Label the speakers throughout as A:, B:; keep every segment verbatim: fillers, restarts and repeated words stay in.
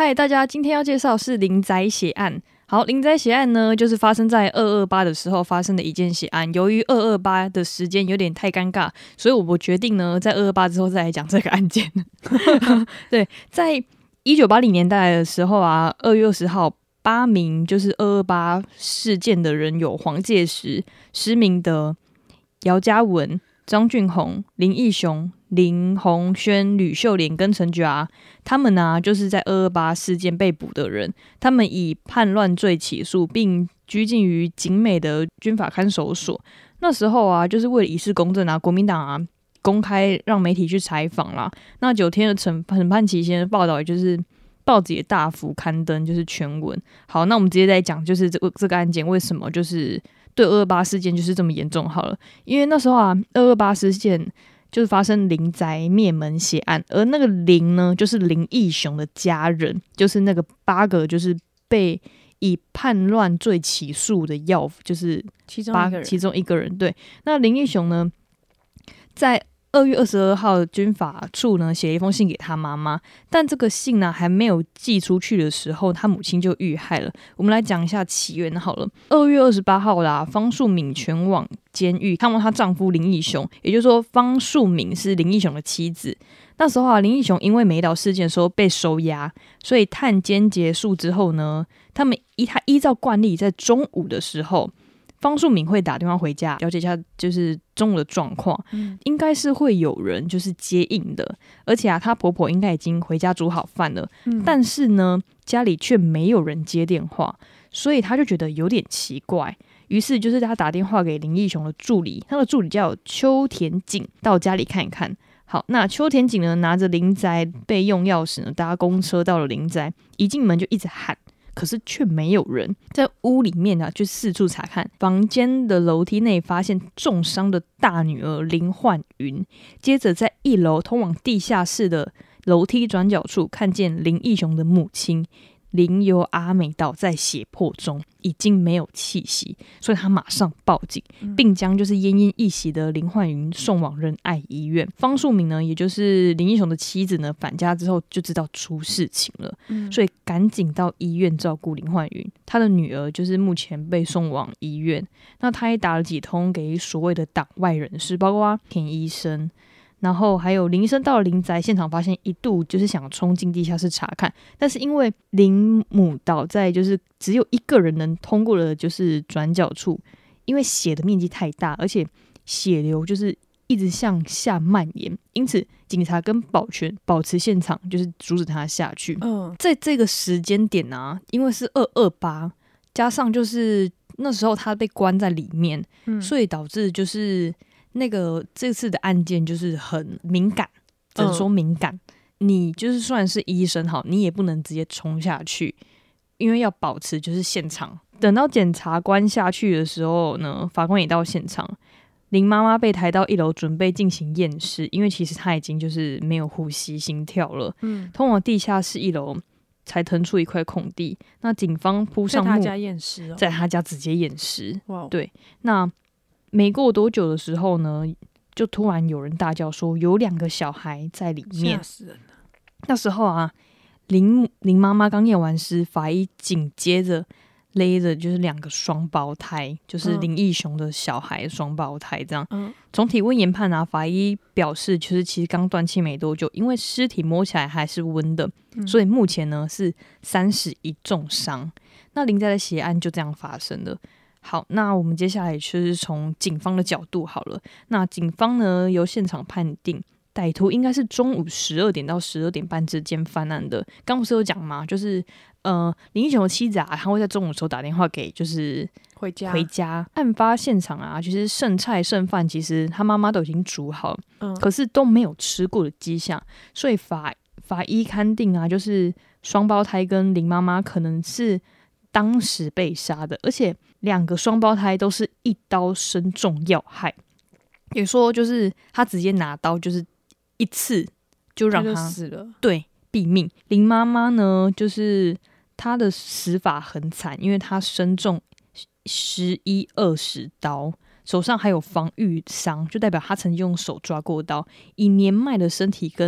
A: 嗨，大家，今天要介绍是林宅血案。好，林宅血案呢，就是发生在二二八的时候发生的一件血案。由于二二八的时间有点太尴尬，所以我决定呢，在二二八之后再来讲这个案件。对，在一九八零年代的时候啊，二月二十号，八名就是二二八事件的人有黄介石、施明德、姚嘉文、张俊宏、林义雄、林鸿轩、吕秀莲跟陈菊啊，他们啊就是在二二八事件被捕的人，他们以叛乱罪起诉，并拘禁于景美的军法看守所。那时候啊，就是为了以示公正啊，国民党啊公开让媒体去采访啦。那九天的审审判期间的报道，也就是报纸也大幅刊登，就是全文。好，那我们直接来讲，就是这个这个案件为什么就是对二二八事件就是这么严重好了。因为那时候啊，二二八事件就是发生林宅灭门血案，而那个林呢，就是林义雄的家人，就是那个八个就是被以叛乱罪起诉的要，就是
B: 其中一个人，
A: 其中一个人。对，那林义雄呢，在二月二十二号军法处呢写了一封信给他妈妈，但这个信呢还没有寄出去的时候，他母亲就遇害了。我们来讲一下起源好了。二月二十八号啦，方淑敏前往监狱看望她丈夫林义雄，也就是说方淑敏是林义雄的妻子。那时候啊，林义雄因为美岛事件的时候被收押，所以探监结束之后呢，他们依他依照惯例在中午的时候，方淑敏会打电话回家了解一下就是中午的状况、嗯、应该是会有人就是接应的，而且啊她婆婆应该已经回家煮好饭了、嗯、但是呢家里却没有人接电话，所以她就觉得有点奇怪，于是就是她打电话给林义雄的助理，他的助理叫邱田景，到家里看一看。好，那邱田景呢拿着林宅备用钥匙呢搭公车到了林宅，一进门就一直喊，可是却没有人。在屋里面啊，就四处查看，房间的楼梯内发现重伤的大女儿林焕云，接着在一楼通往地下室的楼梯转角处看见林义雄的母亲林由阿美倒在血泊中，已经没有气息，所以他马上报警，并将就是奄奄一息的林焕云送往仁爱医院。方淑敏呢，也就是林义雄的妻子呢，返家之后就知道出事情了、嗯、所以赶紧到医院照顾林焕云。他的女儿就是目前被送往医院，那他也打了几通给所谓的党外人士，包括田医生，然后还有林医生到了林宅现场，发现一度就是想冲进地下室查看，但是因为林母倒在就是只有一个人能通过的就是转角处，因为血的面积太大，而且血流就是一直向下蔓延，因此警察跟保全保持现场，就是阻止他下去、嗯、在这个时间点啊，因为是二二八，加上就是那时候他被关在里面、嗯、所以导致就是那个这次的案件就是很敏感，只能说敏感、嗯、你就是虽然是医生好，你也不能直接冲下去，因为要保持就是现场。等到检察官下去的时候呢，法官也到现场，林妈妈被抬到一楼准备进行验尸，因为其实她已经就是没有呼吸心跳了、嗯、通往地下室一楼才腾出一块空地，那警方铺上木，
B: 在他家验尸、哦、
A: 在他家直接验尸、wow. 对，那没过多久的时候呢，就突然有人大叫说有两个小孩在里面，吓死人了。那时候啊，林林妈妈刚验完尸，法医紧接着勒着就是两个双胞胎，就是林义雄的小孩双胞胎这样、嗯、从体温研判啊，法医表示就是其实刚断气没多久，因为尸体摸起来还是温的、嗯、所以目前呢是三十一重伤。那林宅的血案就这样发生了。好，那我们接下来就是从警方的角度好了。那警方呢，由现场判定歹徒应该是中午十二点到十二点半之间犯案的。刚不是有讲吗？就是呃，林义雄的妻子啊，他会在中午的时候打电话给就是
B: 回家
A: 回家。案发现场啊，其实剩菜剩饭其实他妈妈都已经煮好，嗯，可是都没有吃过的迹象，所以法法医勘定啊，就是双胞胎跟林妈妈可能是当时被杀的，而且两个双胞胎都是一刀身中要害，也说就是他直接拿刀就是一刺就让他
B: 就死了，
A: 对，毙命。林妈妈呢，就是她的死法很惨，因为她身中十一二十刀，手上还有防御伤，就代表她曾经用手抓过刀。以年迈的身体跟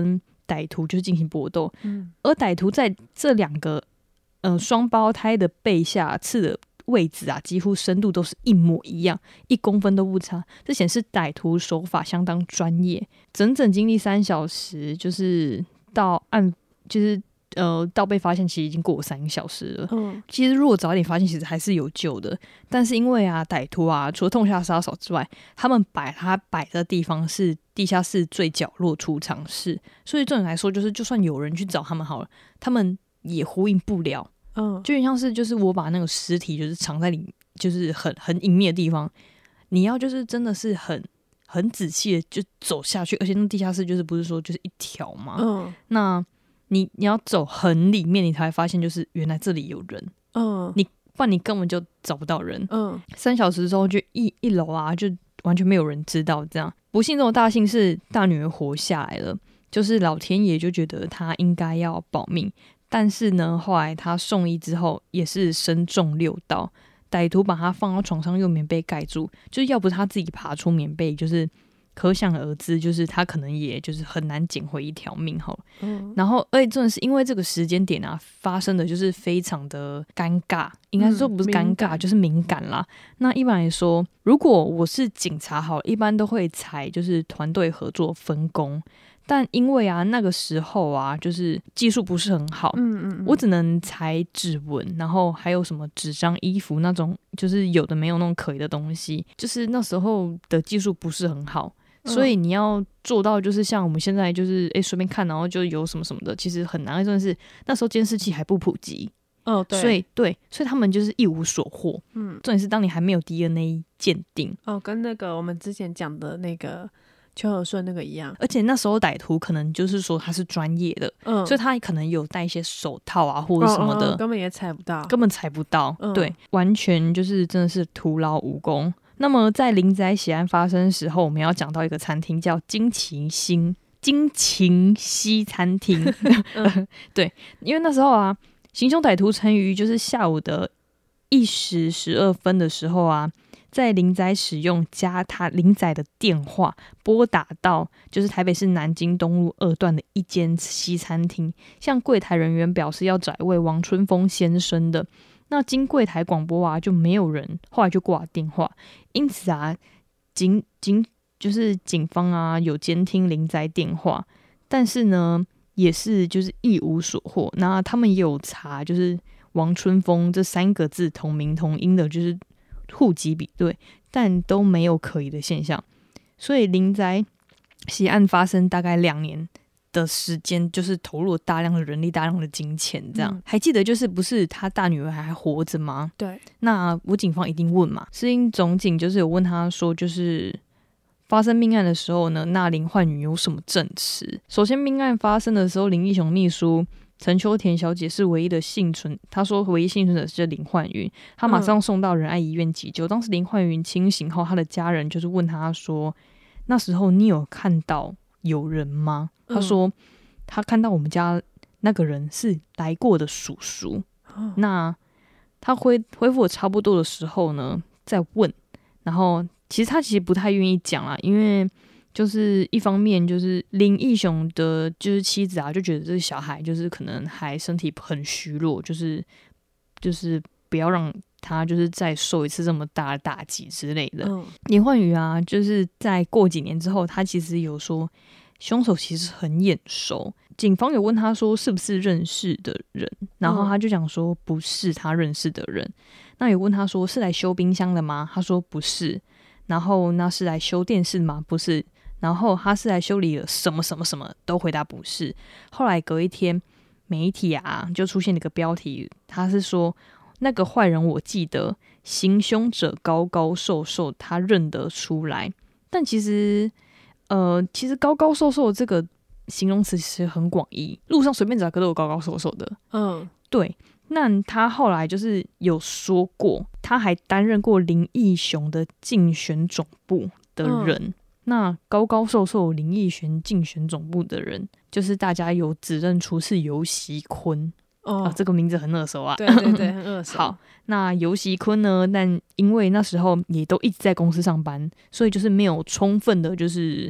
A: 歹徒就是进行搏斗，
B: 嗯，
A: 而歹徒在这两个呃双胞胎的背下刺的位置啊，几乎深度都是一模一样，一公分都不差。这显示歹徒手法相当专业，整整经历三小时，就是到案就是呃到被发现，其实已经过了三个小时了。
B: 嗯，
A: 其实如果早一点发现，其实还是有救的。但是因为啊，歹徒啊，除了痛下杀手之外，他们把他摆的地方是地下室最角落储藏室，所以这种来说，就是就算有人去找他们好了，他们也呼应不了。
B: 嗯，
A: 就有点像是就是我把那个尸体就是藏在里，就是很很隐秘的地方，你要就是真的是很很仔细的就走下去，而且那地下室就是不是说就是一条嘛，
B: 嗯，
A: 那你你要走很里面，你才会发现就是原来这里有人，
B: 嗯，
A: 你不然你根本就找不到人。
B: 嗯，
A: 三小时之后就一一楼啊，就完全没有人知道。这样不幸中的大幸是大女儿活下来了，就是老天爷就觉得她应该要保命。但是呢，后来他送医之后也是身中六刀，歹徒把他放到床上用棉被盖住，就是要不是他自己爬出棉被，就是可想而知，就是他可能也就是很难捡回一条命好了。
B: 嗯，
A: 然后而且真的是因为这个时间点啊，发生的就是非常的尴尬，应该说不是尴尬，
B: 嗯、
A: 就是敏感啦。那一般来说，如果我是警察好了，一般都会采就是团队合作分工。但因为啊那个时候啊就是技术不是很好，
B: 嗯嗯嗯，
A: 我只能裁指纹，然后还有什么纸张、衣服那种，就是有的没有那种可疑的东西，就是那时候的技术不是很好，所以你要做到就是像我们现在就是哎随便看，然后就有什么什么的，其实很难。真的是那时候监视器还不普及，
B: 哦对，
A: 所以对，所以他们就是一无所获。嗯，重点是当你还没有 D N A 鉴定，
B: 哦，跟那个我们之前讲的那个邱和顺那个一样，
A: 而且那时候歹徒可能就是说他是专业的，
B: 嗯，
A: 所以他可能有带一些手套啊或者什么的，
B: 哦哦、根本也踩不到，
A: 根本踩不到，
B: 嗯、
A: 对，完全就是真的是徒劳无功。那么在林宅血案发生的时候，我们要讲到一个餐厅叫金琴星金琴西餐厅，嗯、对，因为那时候啊，行凶歹徒曾于就是下午的一时十二分的时候啊。在林宅使用加他林宅的电话拨打到就是台北市南京东路二段的一间西餐厅，向柜台人员表示要找一位王春风先生的。那经柜台广播啊，就没有人，后来就挂电话。因此啊，警警就是警方啊有监听林宅电话，但是呢也是就是一无所获。那他们也有查，就是王春风这三个字同名同音的，就是户籍比对，但都没有可疑的现象，所以林宅血案发生大概两年的时间，就是投入了大量的人力、大量的金钱，这样、嗯、还记得就是不是他大女儿还活着吗？
B: 对，
A: 那吴警方一定问嘛，士林总警就是有问他说，就是发生命案的时候呢，那林焕宇有什么证词？首先，命案发生的时候，林义雄秘书陈秋田小姐是唯一的幸存，她说唯一幸存者是林焕云，她马上送到仁爱医院急救。嗯、当时林焕云清醒后，她的家人就是问她说：“那时候你有看到有人吗？”她说：“她看到我们家那个人是来过的叔叔。嗯”那她恢恢复的差不多的时候呢，再问，然后其实她其实不太愿意讲啦，因为。就是一方面，就是林义雄的，就是妻子啊，就觉得这个小孩就是可能还身体很虚弱，就是就是不要让他就是再受一次这么大的打击之类的。嗯、林焕宇啊，就是在过几年之后，他其实有说凶手其实很眼熟，警方有问他说是不是认识的人，然后他就讲说不是他认识的人。那有问他说是来修冰箱的吗？他说不是。然后那是来修电视吗？不是。然后他是来修理了什么什么什么，都回答不是。后来隔一天，媒体啊就出现了一个标题，他是说那个坏人我记得，行凶者高高瘦瘦，他认得出来。但其实，呃，其实高高瘦瘦这个形容词其实很广义，路上随便找个都有高高瘦瘦的。嗯，对。那他后来就是有说过，他还担任过林义雄的竞选总部的人。嗯，那高高瘦瘦林义雄竞选总部的人，就是大家有指认出是游锡坤。哦、啊，这个名字很耳熟啊。
B: 对对对，很耳熟。
A: 好，那游锡坤呢？但因为那时候也都一直在公司上班，所以就是没有充分的，就是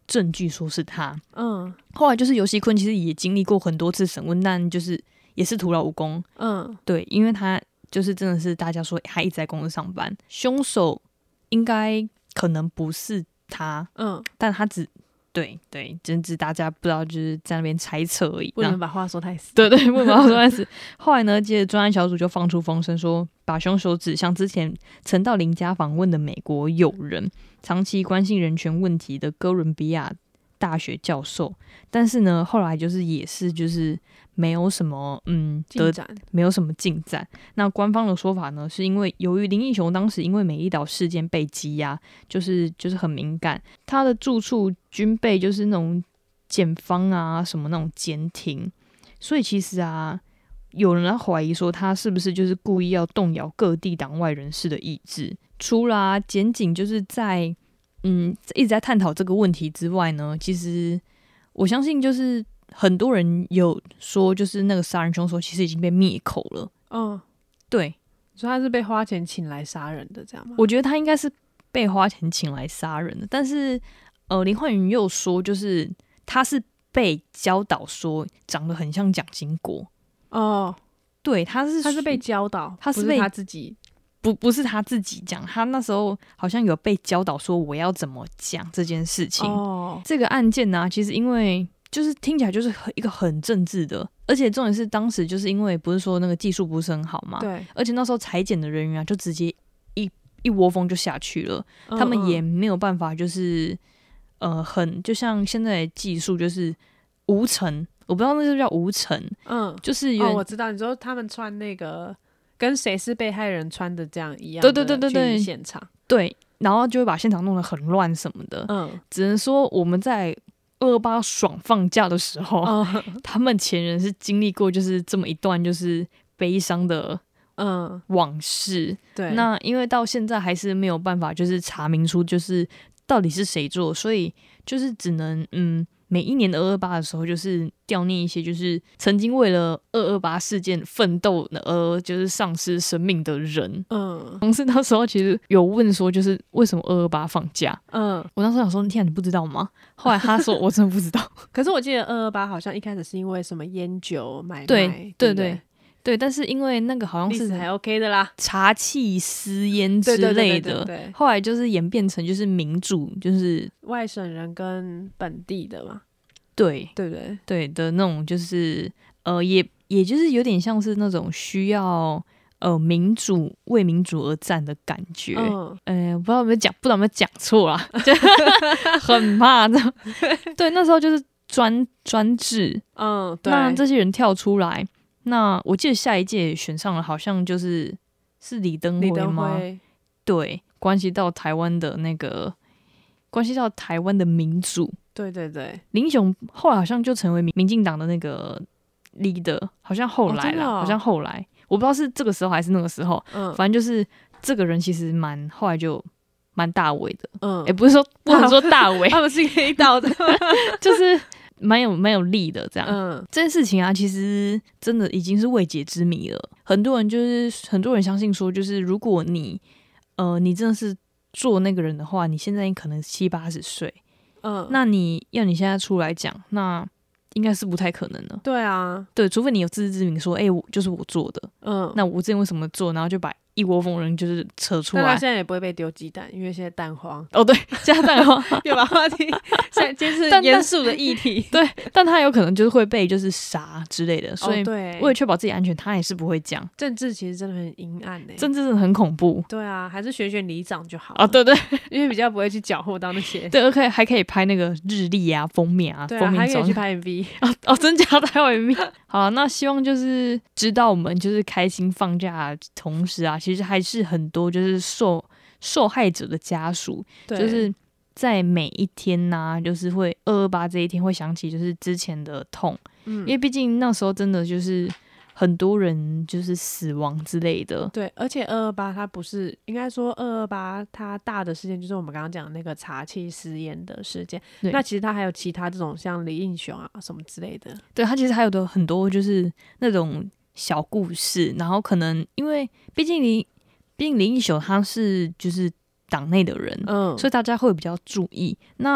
A: 证据说是他。
B: 嗯，
A: 后来就是游锡堃其实也经历过很多次审问，但就是也是徒劳无功。
B: 嗯，
A: 对，因为他就是真的是大家说他一直在公司上班，凶手应该可能不是他，
B: 嗯，
A: 但他只对对，只是大家不知道，就是在那边猜测而已。
B: 不能把话说太死。
A: 对对，不能把话说太死。后来呢，接着专案小组就放出风声说，把凶手指向之前曾到林家访问的美国友人，长期关心人权问题的哥伦比亚大学教授。但是呢，后来就是也是就是没有什么嗯
B: 进展，
A: 没有什么进展。那官方的说法呢，是因为由于林义雄当时因为美丽岛事件被羁押，就是就是很敏感，他的住处均被就是那种检方啊什么那种监听，所以其实啊，有人怀疑说他是不是就是故意要动摇各地党外人士的意志。除了啊，检警就是在嗯一直在探讨这个问题之外呢，其实我相信就是很多人有说，就是那个杀人凶手其实已经被灭口了。
B: 嗯，
A: 对，
B: 所以他是被花钱请来杀人的，这样吗？
A: 我觉得他应该是被花钱请来杀人的，但是呃，林焕云又说，就是他是被教导说长得很像蒋经国。
B: 哦，
A: 对，他是
B: 他是被教导，
A: 他是被
B: 不是他自己。
A: 不不是他自己讲，他那时候好像有被教导说我要怎么讲这件事情。
B: 哦，
A: 这个案件呢、啊，其实因为就是听起来就是一个很政治的，而且重点是当时就是因为不是说那个技术不是很好嘛，
B: 对，
A: 而且那时候裁剪的人员啊就直接一一窝蜂就下去了，
B: 嗯
A: 他们也没有办法就是呃很就像现在的技术就是无尘，我不知道那是不是叫无尘，
B: 嗯，
A: 就是有
B: 哦，我知道，你说他们穿那个跟谁是被害人穿的这样一样，
A: 对对对对对，
B: 现场
A: 对，然后就会把现场弄得很乱什么的，
B: 嗯，
A: 只能说我们在二二八爽放假的时候，
B: 嗯
A: 他们前人是经历过就是这么一段就是悲伤的
B: 嗯，
A: 往事。
B: 对，
A: 那因为到现在还是没有办法就是查明出就是到底是谁做，所以就是只能嗯。每一年的二二八的时候，就是悼念一些就是曾经为了二二八事件奋斗而就是丧失生命的人。
B: 嗯，
A: 同事那时候其实有问说，就是为什么二二八放假？
B: 嗯，
A: 我那时候想说，天啊，你不知道吗？后来他说，我真的不知道。
B: 可是我记得二二八好像一开始是因为什么烟酒买卖，
A: 对对
B: 对
A: 对对，但是因为那个好像是
B: 历史还 OK 的啦，
A: 茶气私烟之
B: 对对对
A: 类的，
B: 对对对
A: 后来就是演变成就是民主，就是
B: 外省人跟本地的嘛，
A: 对
B: 对不对？
A: 对的那种，就是呃，也也就是有点像是那种需要呃民主为民主而战的感觉。
B: 嗯，
A: 呃，不知道有没有讲，不知道有没有讲错啦，就很怕的。对，那时候就是专专制，
B: 嗯，对，
A: 那这些人跳出来，那我记得下一届选上了，好像就是是李登
B: 李登
A: 辉吗？
B: 辉，
A: 对，关系到台湾的那个，关系到台湾的民主。
B: 对对对，
A: 林雄后来好像就成为民民进党的那个 leader，好像后来啦，
B: 哦真的哦
A: 好像后来，我不知道是这个时候还是那个时候，
B: 嗯
A: 反正就是这个人其实蛮后来就蛮大尾的，
B: 嗯，
A: 也、不是说不能说大尾，
B: 他们是可以到的，
A: 就是蛮有蛮有力的这样。
B: 嗯，
A: 这件事情啊，其实真的已经是未解之谜了。很多人就是很多人相信说，就是如果你呃你真的是做那个人的话，你现在可能七八十岁，
B: 嗯，
A: 那你要你现在出来讲，那应该是不太可能的。
B: 对啊，
A: 对，除非你有自知之明，说，哎、欸，我就是我做的。
B: 嗯，
A: 那我之前为什么做，然后就把一窝蜂人就是扯出来。
B: 那他现在也不会被丢鸡蛋，因为现在蛋荒。
A: 哦，对，加蛋荒
B: 又把话题，现在今天是
A: 但
B: 严肃的议题。
A: 对，但他有可能就是会被就是杀之类的，所以
B: 哦、对，
A: 为了确保自己安全，他也是不会讲。
B: 政治其实真的很阴暗呢、欸，
A: 政治真的很恐怖。
B: 对啊，还是选选里长就好
A: 哦，对对，
B: 因为比较不会去搅和到那些。
A: 对，而且还可以拍那个日历啊、封面啊，
B: 对啊，
A: 封面
B: 还可以
A: 装
B: 去拍 M V。
A: 哦哦，真假的还有 M V。好，那希望就是知道我们就是开心放假的同时啊，其实还是很多就是受受害者的家属，就是在每一天呐、啊，就是会二二八这一天会想起就是之前的痛，嗯，因为毕竟那时候真的就是很多人就是死亡之类的。
B: 对，而且二二八它不是，应该说二二八它大的事件就是我们刚刚讲的那个茶气私烟的事件，那其实它还有其他这种像李应雄啊什么之类的。
A: 对，它其实还有的很多就是那种小故事，然后可能因为毕竟林毕竟林义雄他是就是党内的人，嗯，所以大家会比较注意。那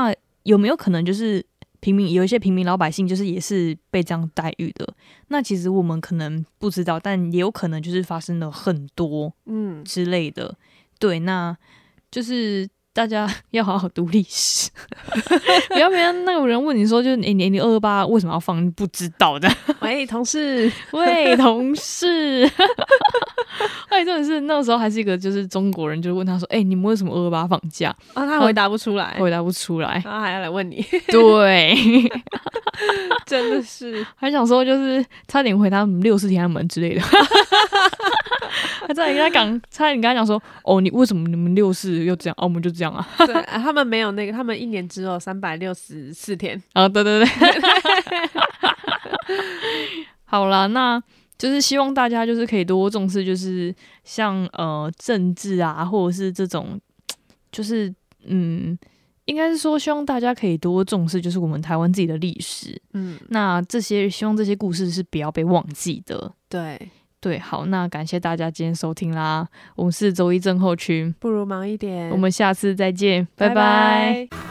A: 有没有可能就是平民有一些平民老百姓就是也是被这样待遇的？那其实我们可能不知道，但也有可能就是发生了很多嗯之类的。对，那就是大家要好好读历史，不要别人那个人问你说，就是你你你二二八为什么要放？你不知道的。
B: 喂，同事，
A: 喂，同事。哎，真的是那个时候还是一个就是中国人，就问他说：“哎、欸，你们为什么二二八放假？”
B: 啊，他回答不出来，
A: 回答不出来，
B: 然后还要来问你。
A: 对，
B: 真的是，
A: 还想说就是差点回他们六四天安门之类的。他差点跟他讲，差点跟他讲说：“哦，你为什么你们六四又这样？哦，我们就这样啊。”
B: 对，他们没有那个，他们一年只有三百六十四天。
A: 啊，对对对。好啦，那就是希望大家就是可以多重视，就是像呃政治啊，或者是这种，就是嗯，应该是说希望大家可以多重视，就是我们台湾自己的历史。嗯，那这些希望这些故事是不要被忘记的。
B: 对。
A: 对，好，那感谢大家今天收听啦，我们是周一症候群，
B: 不如忙一点，
A: 我们下次再见，拜拜。
B: 拜拜。